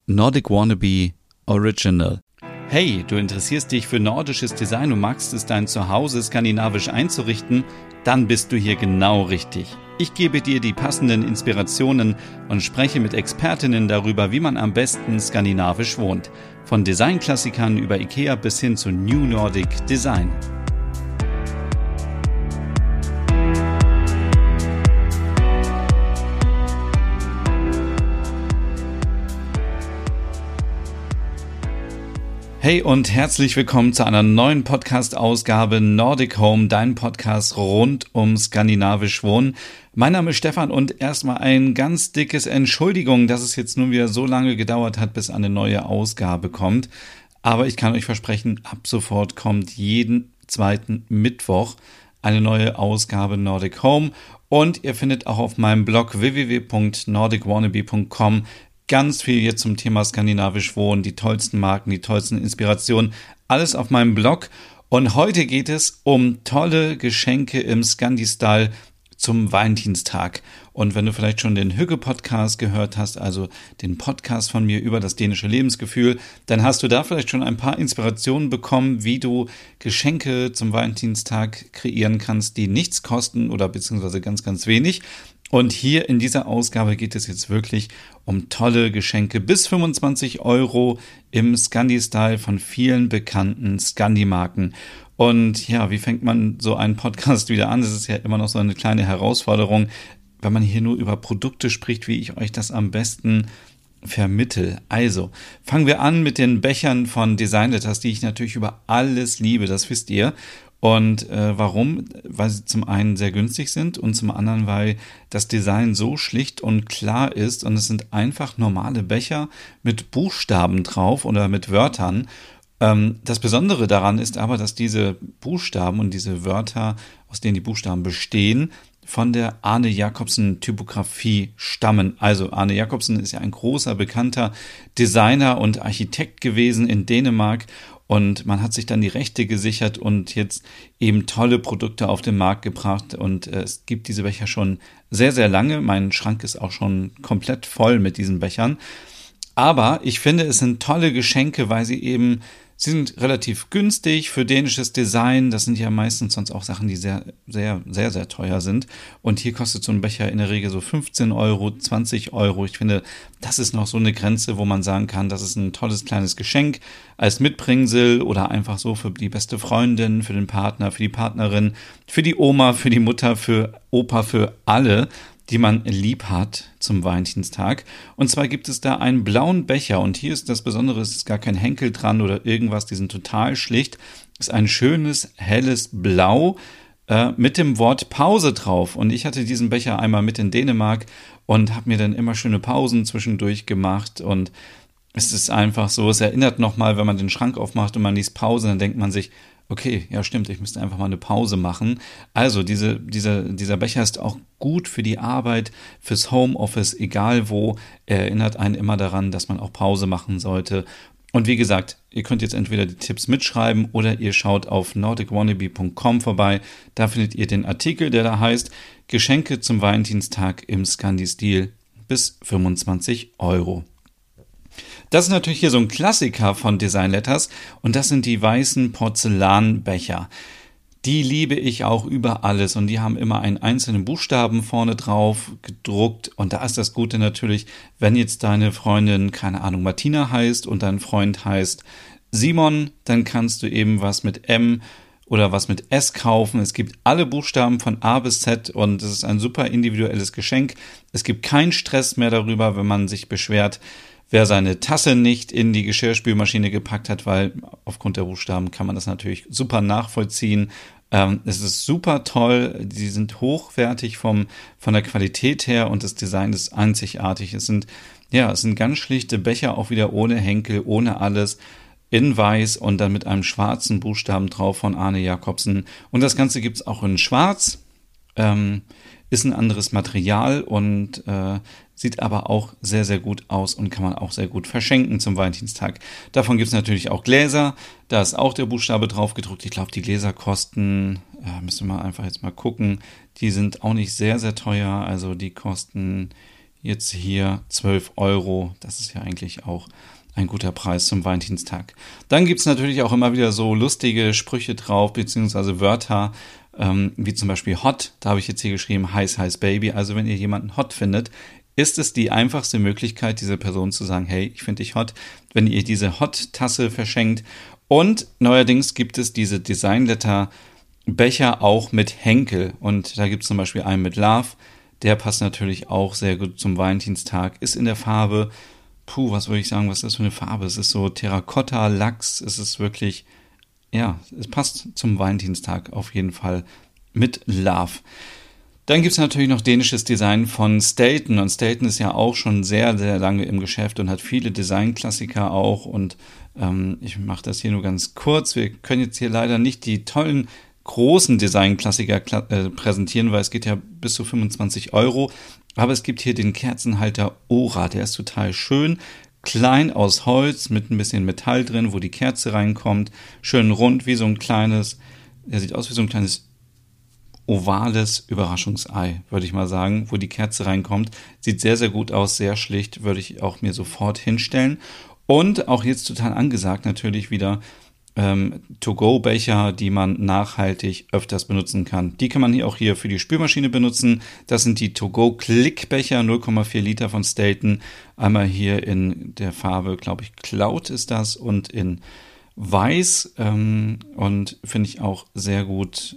Nordic Wannabe Original. Hey, du interessierst dich für nordisches Design und magst es, dein Zuhause skandinavisch einzurichten? Dann bist du hier genau richtig. Ich gebe dir die passenden Inspirationen und spreche mit Expertinnen darüber, wie man am besten skandinavisch wohnt. Von Designklassikern über IKEA bis hin zu New Nordic Design. Hey und herzlich willkommen zu einer neuen Podcast-Ausgabe Nordic Home, dein Podcast rund um skandinavisch Wohnen. Mein Name ist Stefan und erstmal ein ganz dickes Entschuldigung, dass es jetzt nun wieder so lange gedauert hat, bis eine neue Ausgabe kommt. Aber ich kann euch versprechen, ab sofort kommt jeden zweiten Mittwoch eine neue Ausgabe Nordic Home. Und ihr findet auch auf meinem Blog www.nordicwannabe.com ganz viel jetzt zum Thema skandinavisch Wohnen, die tollsten Marken, die tollsten Inspirationen, alles auf meinem Blog. Und heute geht es um tolle Geschenke im Scandi-Style zum Valentinstag. Und wenn du vielleicht schon den Hygge-Podcast gehört hast, also den Podcast von mir über das dänische Lebensgefühl, dann hast du da vielleicht schon ein paar Inspirationen bekommen, wie du Geschenke zum Valentinstag kreieren kannst, die nichts kosten oder beziehungsweise ganz, ganz wenig. Und hier in dieser Ausgabe geht es jetzt wirklich um tolle Geschenke bis 25 € im Scandi-Style von vielen bekannten Scandi-Marken. Und ja, wie fängt man so einen Podcast wieder an? Das ist ja immer noch so eine kleine Herausforderung, wenn man hier nur über Produkte spricht, wie ich euch das am besten vermittel. Also, fangen wir an mit den Bechern von Design Letters, die ich natürlich über alles liebe, das wisst ihr. Und warum? Weil sie zum einen sehr günstig sind und zum anderen, weil das Design so schlicht und klar ist und es sind einfach normale Becher mit Buchstaben drauf oder mit Wörtern. Das Besondere daran ist aber, dass diese Buchstaben und diese Wörter, aus denen die Buchstaben bestehen, von der Arne Jacobsen Typografie stammen. Also Arne Jacobsen ist ja ein großer, bekannter Designer und Architekt gewesen in Dänemark. Und man hat sich dann die Rechte gesichert und jetzt eben tolle Produkte auf den Markt gebracht. Und es gibt diese Becher schon sehr, sehr lange. Mein Schrank ist auch schon komplett voll mit diesen Bechern. Aber ich finde, es sind tolle Geschenke, weil sie sind relativ günstig für dänisches Design. Das sind ja meistens sonst auch Sachen, die sehr, sehr, sehr, sehr teuer sind. Und hier kostet so ein Becher in der Regel so 15 €, 20 €. Ich finde, das ist noch so eine Grenze, wo man sagen kann, das ist ein tolles kleines Geschenk als Mitbringsel oder einfach so für die beste Freundin, für den Partner, für die Partnerin, für die Oma, für die Mutter, für Opa, für alle, die man lieb hat zum Valentinstag. Und zwar gibt es da einen blauen Becher und hier ist das Besondere, es ist gar kein Henkel dran oder irgendwas, die sind total schlicht. Es ist ein schönes, helles Blau mit dem Wort Pause drauf. Und ich hatte diesen Becher einmal mit in Dänemark und habe mir dann immer schöne Pausen zwischendurch gemacht und es ist einfach so, es erinnert nochmal, wenn man den Schrank aufmacht und man liest Pause, dann denkt man sich, okay, ja stimmt, ich müsste einfach mal eine Pause machen. Also dieser Becher ist auch gut für die Arbeit, fürs Homeoffice, egal wo. Er erinnert einen immer daran, dass man auch Pause machen sollte. Und wie gesagt, ihr könnt jetzt entweder die Tipps mitschreiben oder ihr schaut auf nordicwannabe.com vorbei. Da findet ihr den Artikel, der da heißt Geschenke zum Valentinstag im Scandi-Stil bis 25 €. Das ist natürlich hier so ein Klassiker von Design Letters und das sind die weißen Porzellanbecher. Die liebe ich auch über alles und die haben immer einen einzelnen Buchstaben vorne drauf gedruckt und da ist das Gute natürlich, wenn jetzt deine Freundin, keine Ahnung, Martina heißt und dein Freund heißt Simon, dann kannst du eben was mit M oder was mit S kaufen. Es gibt alle Buchstaben von A bis Z und es ist ein super individuelles Geschenk. Es gibt keinen Stress mehr darüber, wenn man sich beschwert, wer seine Tasse nicht in die Geschirrspülmaschine gepackt hat, weil aufgrund der Buchstaben kann man das natürlich super nachvollziehen. Es ist super toll, die sind hochwertig von der Qualität her und das Design ist einzigartig. Es sind ganz schlichte Becher, auch wieder ohne Henkel, ohne alles, in weiß und dann mit einem schwarzen Buchstaben drauf von Arne Jacobsen. Und das Ganze gibt's auch in schwarz. Ist ein anderes Material und sieht aber auch sehr, sehr gut aus und kann man auch sehr gut verschenken zum Valentinstag. Davon gibt es natürlich auch Gläser, da ist auch der Buchstabe drauf gedruckt. Ich glaube, die Gläser kosten, müssen wir einfach jetzt mal gucken, die sind auch nicht sehr, sehr teuer, also die kosten jetzt hier 12 Euro. Das ist ja eigentlich auch ein guter Preis zum Valentinstag. Dann gibt es natürlich auch immer wieder so lustige Sprüche drauf, beziehungsweise Wörter, wie zum Beispiel hot. Da habe ich jetzt hier geschrieben, heiß, heiß Baby. Also wenn ihr jemanden hot findet, ist es die einfachste Möglichkeit, dieser Person zu sagen, hey, ich finde dich hot, wenn ihr diese Hot-Tasse verschenkt. Und neuerdings gibt es diese Designletter-Becher auch mit Henkel. Und da gibt es zum Beispiel einen mit Love. Der passt natürlich auch sehr gut zum Valentinstag. Ist in der Farbe, was würde ich sagen, was ist das für eine Farbe? Es ist so Terrakotta, Lachs. Es ist wirklich, ja, es passt zum Valentinstag auf jeden Fall mit Love. Dann gibt es natürlich noch dänisches Design von Stelten. Und Stelten ist ja auch schon sehr, sehr lange im Geschäft und hat viele Designklassiker auch. Und ich mache das hier nur ganz kurz. Wir können jetzt hier leider nicht die tollen großen Designklassiker präsentieren, weil es geht ja bis zu 25 Euro. Aber es gibt hier den Kerzenhalter Ora. Der ist total schön. Klein aus Holz mit ein bisschen Metall drin, wo die Kerze reinkommt. Schön rund, wie so ein kleines, der sieht aus wie so ein kleines ovales Überraschungsei, würde ich mal sagen, wo die Kerze reinkommt. Sieht sehr, sehr gut aus, sehr schlicht, würde ich auch mir sofort hinstellen. Und auch jetzt total angesagt natürlich wieder To-Go-Becher, die man nachhaltig öfters benutzen kann. Die kann man hier auch hier für die Spülmaschine benutzen. Das sind die To-Go-Click-Becher, 0,4 Liter von Stelten. Einmal hier in der Farbe, glaube ich, Cloud ist das und in Weiß. Und finde ich auch sehr gut,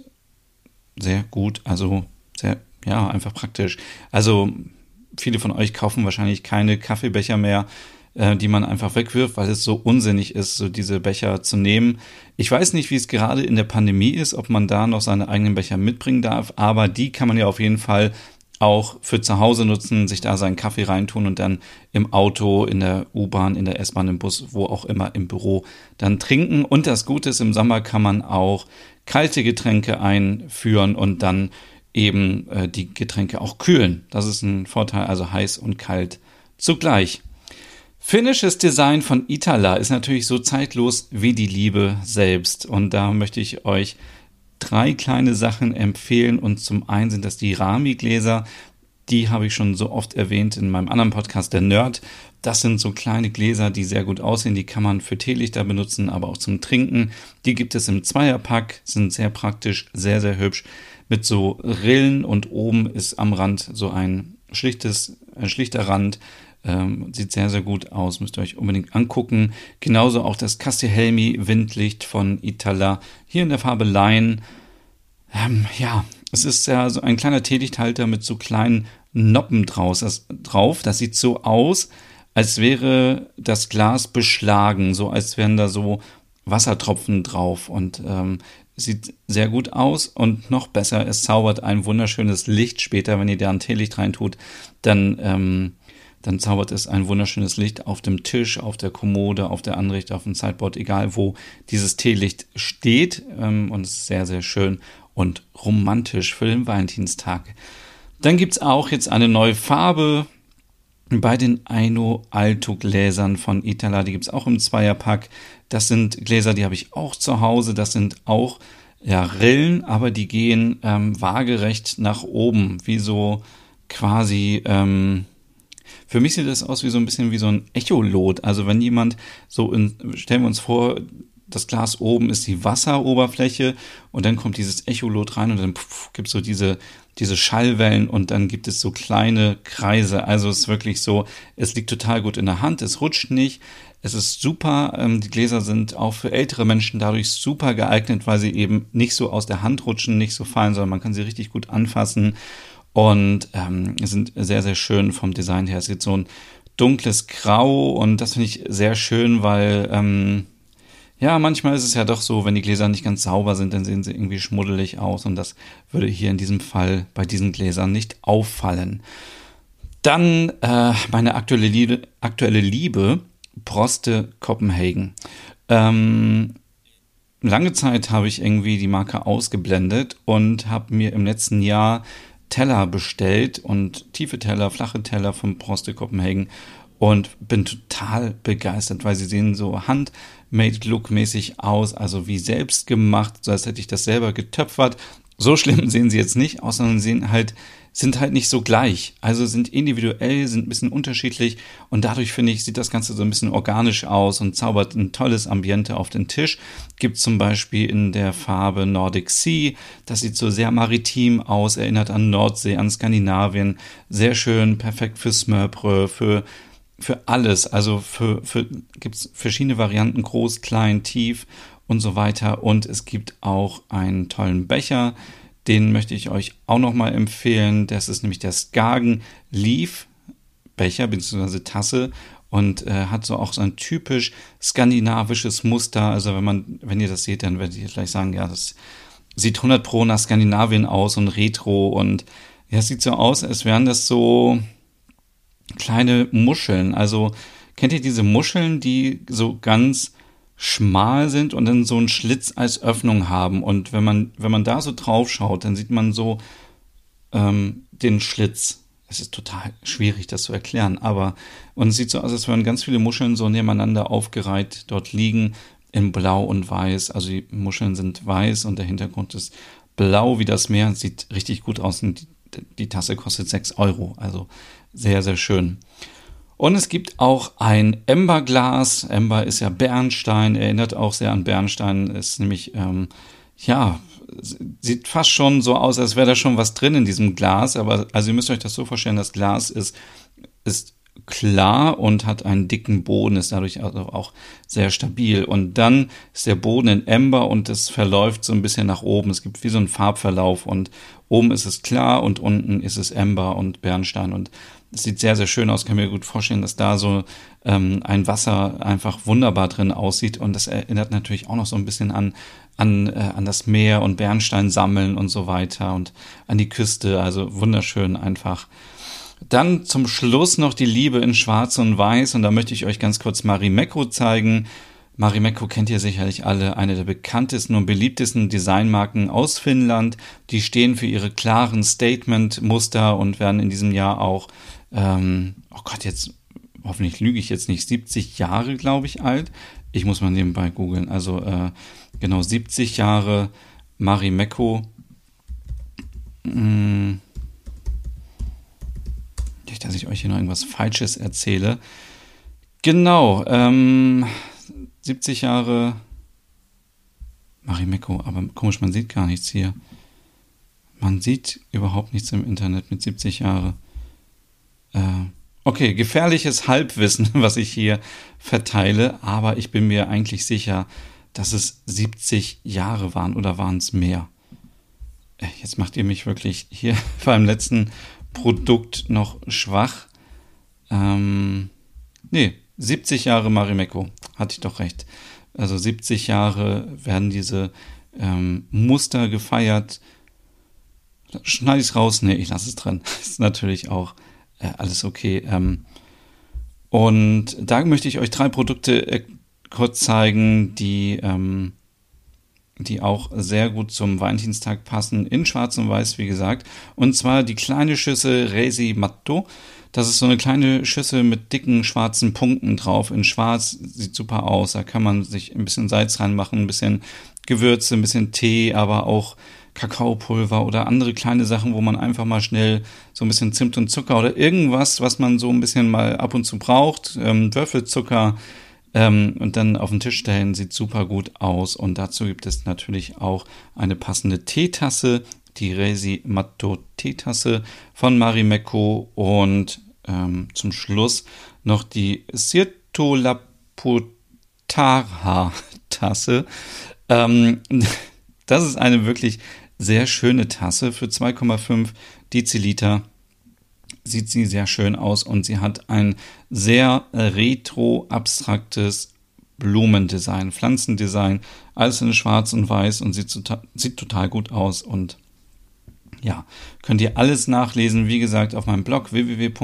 also sehr, ja, einfach praktisch. Also viele von euch kaufen wahrscheinlich keine Kaffeebecher mehr, die man einfach wegwirft, weil es so unsinnig ist, so diese Becher zu nehmen. Ich weiß nicht, wie es gerade in der Pandemie ist, ob man da noch seine eigenen Becher mitbringen darf, aber die kann man ja auf jeden Fall auch für zu Hause nutzen, sich da seinen Kaffee reintun und dann im Auto, in der U-Bahn, in der S-Bahn, im Bus, wo auch immer, im Büro dann trinken. Und das Gute ist, im Sommer kann man auch kalte Getränke einführen und dann eben die Getränke auch kühlen. Das ist ein Vorteil, also heiß und kalt zugleich. Finnisches Design von Iittala ist natürlich so zeitlos wie die Liebe selbst. Und da möchte ich euch 3 kleine Sachen empfehlen. Und zum einen sind das die Rami-Gläser. Die habe ich schon so oft erwähnt in meinem anderen Podcast, der Nerd. Das sind so kleine Gläser, die sehr gut aussehen. Die kann man für Teelichter benutzen, aber auch zum Trinken. Die gibt es im Zweierpack, sind sehr praktisch, sehr, sehr hübsch. Mit so Rillen und oben ist am Rand so ein schlichter Rand. Sieht sehr, sehr gut aus, müsst ihr euch unbedingt angucken. Genauso auch das Castellhelmi Windlicht von Iittala, hier in der Farbe Line. Es ist ja so ein kleiner Teelichthalter mit so kleinen Noppen drauf. Das sieht so aus, als wäre das Glas beschlagen, so als wären da so Wassertropfen drauf und sieht sehr gut aus und noch besser, es zaubert ein wunderschönes Licht später, wenn ihr da ein Teelicht reintut, dann zaubert es ein wunderschönes Licht auf dem Tisch, auf der Kommode, auf der Anrichte, auf dem Sideboard, egal wo dieses Teelicht steht. Und es ist sehr, sehr schön und romantisch für den Valentinstag. Dann gibt es auch jetzt eine neue Farbe bei den Aino Alto Gläsern von Iittala. Die gibt es auch im Zweierpack. Das sind Gläser, die habe ich auch zu Hause. Das sind auch Rillen, aber die gehen waagerecht nach oben, wie so quasi... Für mich sieht das aus wie so ein bisschen wie so ein Echolot. Also wenn jemand stellen wir uns vor, das Glas oben ist die Wasseroberfläche und dann kommt dieses Echolot rein und dann gibt es so diese Schallwellen und dann gibt es so kleine Kreise. Also es ist wirklich so, es liegt total gut in der Hand, es rutscht nicht. Es ist super, die Gläser sind auch für ältere Menschen dadurch super geeignet, weil sie eben nicht so aus der Hand rutschen, nicht so fallen, sondern man kann sie richtig gut anfassen. Und sind sehr, sehr schön vom Design her. Es gibt so ein dunkles Grau und das finde ich sehr schön, weil manchmal ist es ja doch so, wenn die Gläser nicht ganz sauber sind, dann sehen sie irgendwie schmuddelig aus und das würde hier in diesem Fall bei diesen Gläsern nicht auffallen. Dann meine aktuelle Liebe, Proste Copenhagen. Lange Zeit habe ich irgendwie die Marke ausgeblendet und habe mir im letzten Jahr Teller bestellt und tiefe Teller, flache Teller von Proste Copenhagen und bin total begeistert, weil sie sehen so Handmade-Look-mäßig aus, also wie selbst gemacht, so als hätte ich das selber getöpfert, so schlimm sehen sie jetzt nicht aus, sondern sind halt nicht so gleich. Also sind individuell, sind ein bisschen unterschiedlich und dadurch, finde ich, sieht das Ganze so ein bisschen organisch aus und zaubert ein tolles Ambiente auf den Tisch. Gibt zum Beispiel in der Farbe Nordic Sea, das sieht so sehr maritim aus, erinnert an Nordsee, an Skandinavien. Sehr schön, perfekt für Smørbrød, für alles. Also gibt's verschiedene Varianten, groß, klein, tief und so weiter. Und es gibt auch einen tollen Becher, den möchte ich euch auch nochmal empfehlen. Das ist nämlich der Skagen Leaf Becher bzw. Tasse und hat so auch so ein typisch skandinavisches Muster. Also wenn ihr das seht, dann werdet ihr gleich sagen, ja, das sieht 100 Pro nach Skandinavien aus und Retro und ja, es sieht so aus, als wären das so kleine Muscheln. Also kennt ihr diese Muscheln, die so ganz schmal sind und dann so einen Schlitz als Öffnung haben. Und wenn man da so drauf schaut, dann sieht man so den Schlitz. Es ist total schwierig, das zu erklären, und es sieht so aus, als würden ganz viele Muscheln so nebeneinander aufgereiht dort liegen in Blau und Weiß. Also die Muscheln sind weiß und der Hintergrund ist blau wie das Meer. Sieht richtig gut aus und die Tasse kostet 6 Euro. Also sehr, sehr schön. Und es gibt auch ein Ember-Glas. Ember ist ja Bernstein, erinnert auch sehr an Bernstein. Ist nämlich, sieht fast schon so aus, als wäre da schon was drin in diesem Glas. Aber also ihr müsst euch das so vorstellen, das Glas ist klar und hat einen dicken Boden, ist dadurch also auch sehr stabil. Und dann ist der Boden in Ember und es verläuft so ein bisschen nach oben. Es gibt wie so einen Farbverlauf und oben ist es klar und unten ist es Ember und Bernstein und es sieht sehr, sehr schön aus. Ich kann mir gut vorstellen, dass da so ein Wasser einfach wunderbar drin aussieht. Und das erinnert natürlich auch noch so ein bisschen an das Meer und Bernstein sammeln und so weiter und an die Küste. Also wunderschön einfach. Dann zum Schluss noch die Liebe in Schwarz und Weiß. Und da möchte ich euch ganz kurz Marimekko zeigen. Marimekko kennt ihr sicherlich alle, eine der bekanntesten und beliebtesten Designmarken aus Finnland. Die stehen für ihre klaren Statement-Muster und werden in diesem Jahr auch jetzt, hoffentlich lüge ich jetzt nicht, 70 Jahre, glaube ich, alt. Ich muss mal nebenbei googeln. Also genau 70 Jahre Marimekko. Nicht, dass ich euch hier noch irgendwas Falsches erzähle. Genau, 70 Jahre Marimekko, aber komisch, man sieht gar nichts hier. Man sieht überhaupt nichts im Internet mit 70 Jahre. Okay, gefährliches Halbwissen, was ich hier verteile, aber ich bin mir eigentlich sicher, dass es 70 Jahre waren oder waren es mehr? Jetzt macht ihr mich wirklich hier beim letzten Produkt noch schwach. 70 Jahre Marimekko, hatte ich doch recht. Also 70 Jahre werden diese Muster gefeiert. Schneide ich es raus? Nee, ich lasse es drin. Ist natürlich auch alles okay. Und da möchte ich euch 3 Produkte kurz zeigen, die auch sehr gut zum Valentinstag passen, in Schwarz und Weiß, wie gesagt. Und zwar die kleine Schüssel Resi Matto. Das ist so eine kleine Schüssel mit dicken schwarzen Punkten drauf. In Schwarz sieht super aus. Da kann man sich ein bisschen Salz reinmachen, ein bisschen Gewürze, ein bisschen Tee, aber auch Kakaopulver oder andere kleine Sachen, wo man einfach mal schnell so ein bisschen Zimt und Zucker oder irgendwas, was man so ein bisschen mal ab und zu braucht, Würfelzucker, und dann auf den Tisch stellen, sieht super gut aus. Und dazu gibt es natürlich auch eine passende Teetasse, die Resi Matto Teetasse von Marimekko und zum Schluss noch die Sirtolaputarha Tasse. Das ist eine wirklich sehr schöne Tasse für 2,5 Deziliter. Sieht sie sehr schön aus und sie hat ein sehr retro-abstraktes Blumendesign, Pflanzendesign, alles in Schwarz und Weiß und sieht total gut aus. Und ja, könnt ihr alles nachlesen, wie gesagt, auf meinem Blog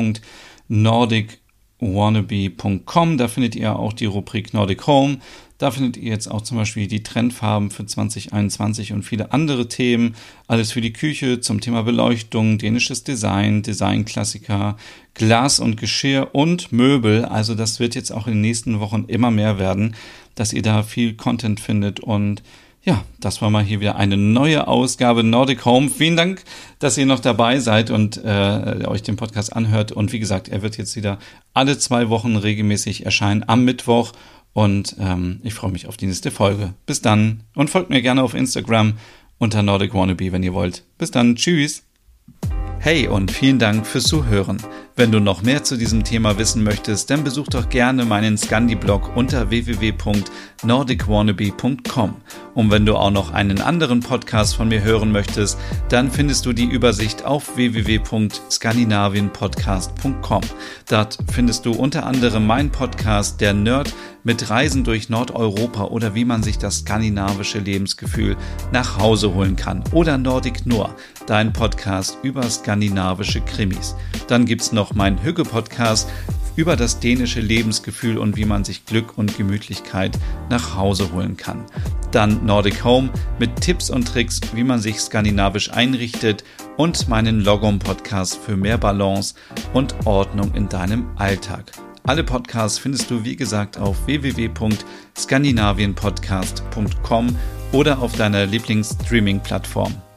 www.nordicwannabe.com. Da findet ihr auch die Rubrik Nordic Home. Da findet ihr jetzt auch zum Beispiel die Trendfarben für 2021 und viele andere Themen. Alles für die Küche zum Thema Beleuchtung, dänisches Design, Designklassiker, Glas und Geschirr und Möbel. Also das wird jetzt auch in den nächsten Wochen immer mehr werden, dass ihr da viel Content findet und Ja, das war mal hier wieder eine neue Ausgabe Nordic Home. Vielen Dank, dass ihr noch dabei seid und euch den Podcast anhört. Und wie gesagt, er wird jetzt wieder alle 2 Wochen regelmäßig erscheinen am Mittwoch. Und ich freue mich auf die nächste Folge. Bis dann und folgt mir gerne auf Instagram unter Nordic Wannabe, wenn ihr wollt. Bis dann, tschüss. Hey und vielen Dank fürs Zuhören. Wenn du noch mehr zu diesem Thema wissen möchtest, dann besuch doch gerne meinen Scandi-Blog unter www.nordicwannabe.com. Und wenn du auch noch einen anderen Podcast von mir hören möchtest, dann findest du die Übersicht auf www.skandinavienpodcast.com. Dort findest du unter anderem meinen Podcast Der Nerd mit Reisen durch Nordeuropa oder wie man sich das skandinavische Lebensgefühl nach Hause holen kann. Oder Nordic Noir, dein Podcast über skandinavische Krimis. Dann gibt's noch meinen Hügge-Podcast über das dänische Lebensgefühl und wie man sich Glück und Gemütlichkeit nach Hause holen kann. Dann Nordic Home mit Tipps und Tricks, wie man sich skandinavisch einrichtet und meinen Logom-Podcast für mehr Balance und Ordnung in deinem Alltag. Alle Podcasts findest du, wie gesagt, auf www.skandinavienpodcast.com oder auf deiner Lieblings-Streaming-Plattform.